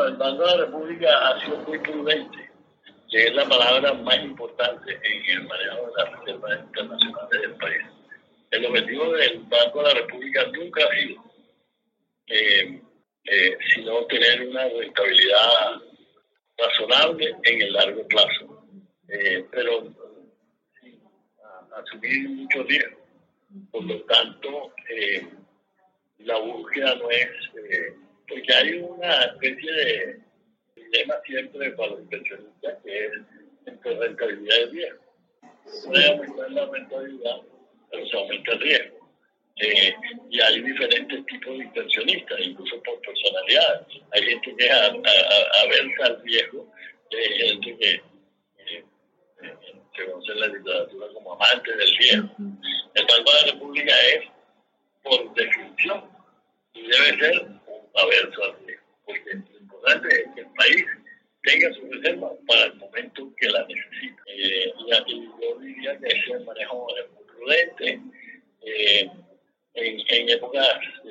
Bueno, el Banco de la República ha sido muy prudente, que es la palabra más importante en el manejo de las reservas internacionales del país. El objetivo del Banco de la República nunca ha sido sino tener una rentabilidad razonable en el largo plazo, pero sin asumir mucho riesgo. Por lo tanto, la búsqueda no es, porque hay una especie de dilema siempre para los inversionistas que es entre rentabilidad y riesgo. Se puede aumentar la rentabilidad, pero se aumenta el riesgo. Y hay diferentes tipos de inversionistas, incluso por personalidad. Hay gente que es aversa al riesgo, y hay gente que se conoce en la literatura como amante del riesgo. El Banco de la República es, por definición, y debe ser un averso al riesgo, porque lo importante es que el país tenga su reserva para el momento que la necesita. Y yo diría que ese manejo es muy prudente. En épocas,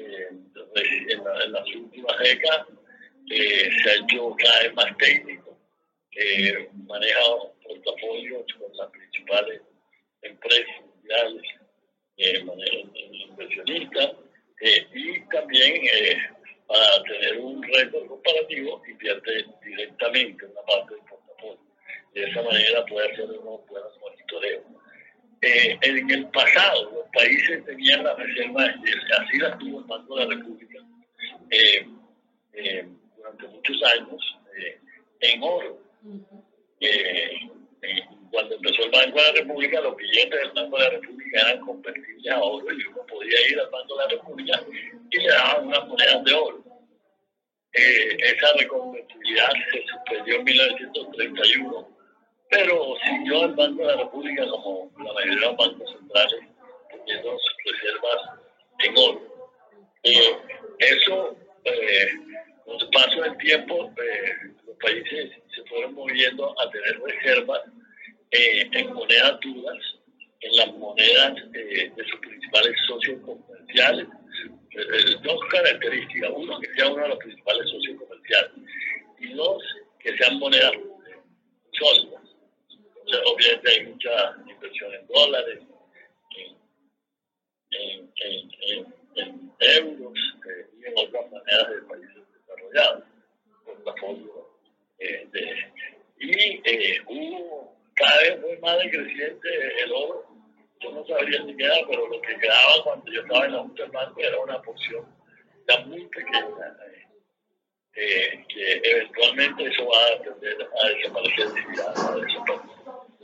en las últimas décadas, se ha hecho cada vez más técnico, maneja portafolios con las principales empresas mundiales, inversionistas, y también para tener un récord comparativo invierte directamente una parte del portafolio. De esa manera puede hacer unos buenos monitoreos. En el pasado, los países tenían las reservas, así las tuvo el Banco de la República, durante muchos años, en oro. Cuando empezó el Banco de la República, los billetes del Banco de la República eran convertibles a oro y uno podía ir al Banco de la República y le daban unas monedas de oro. Esa reconvertibilidad se suspendió en 1931. Pero siguió el Banco de la República, como la mayoría de los bancos centrales, teniendo sus reservas en oro. Eso, con el paso del tiempo, los países se fueron moviendo a tener reservas en monedas duras, en las monedas de sus principales socios comerciales. Dos características: uno, que sea uno de los principales socios comerciales, y dos, que sean monedas sólidas. Obviamente hay mucha inversión en dólares, en euros y en otras monedas de países desarrollados, portafolio hubo cada vez fue más decreciente el oro. Yo no sabría ni qué era, pero lo que quedaba cuando yo estaba en la Junta del Banco era una porción ya muy pequeña, que eventualmente eso va a tender a desaparecer y a desaparecer.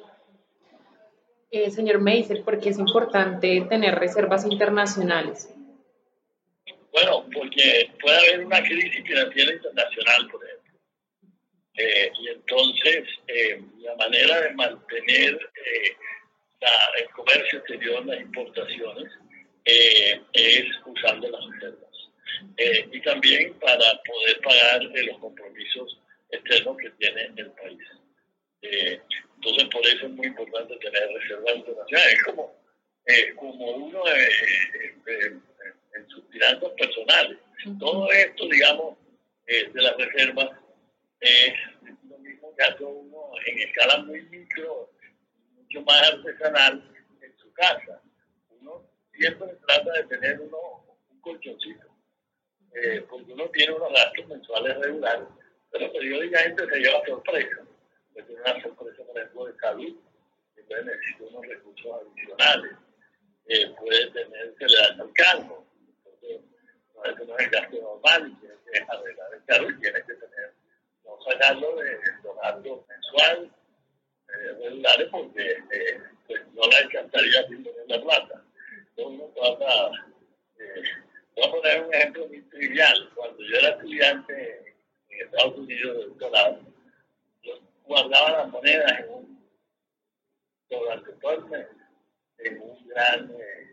Señor Meiser, ¿por qué es importante tener reservas internacionales? Bueno, porque puede haber una crisis financiera internacional, por ejemplo. Y entonces la manera de mantener el comercio exterior, las importaciones, es usando las reservas. Y también para poder pagar los compromisos externos que tiene el país. Entonces, por eso es muy importante tener reservas internacionales. Es como uno en sus finanzas personales. Todo esto, digamos, de las reservas es lo mismo que hace uno en escala muy micro, mucho más artesanal en su casa. Uno siempre trata de tener un colchoncito, porque uno tiene unos gastos mensuales regulares, pero periódicamente se lleva sorpresa. Tiene una sorpresa, por ejemplo, de salud, entonces necesita unos recursos adicionales. Puede tener, se le da el carro, entonces no es el gasto normal, y tiene que arreglar el carro y tiene que tener, no sacarlo de los gastos mensuales regulares, porque pues no le alcanzaría sin tener la plata. Entonces uno trata, voy a poner un ejemplo muy trivial. Cuando yo era estudiante en Estados Unidos de doctorado, guardaba las monedas durante todo el mes en un gran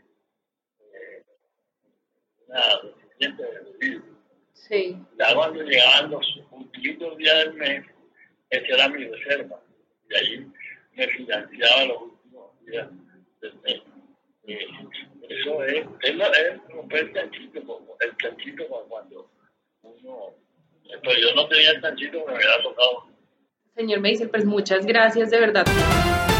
una recipiente de vidrio. Sí. Ya cuando llegaban los últimos días del mes, esa era mi reserva. Y ahí me financiaba los últimos días del mes. Eso es romper el chanchito, como cuando uno Pero yo no tenía el chanchito que me había tocado. Señor Meisel, pues muchas gracias de verdad.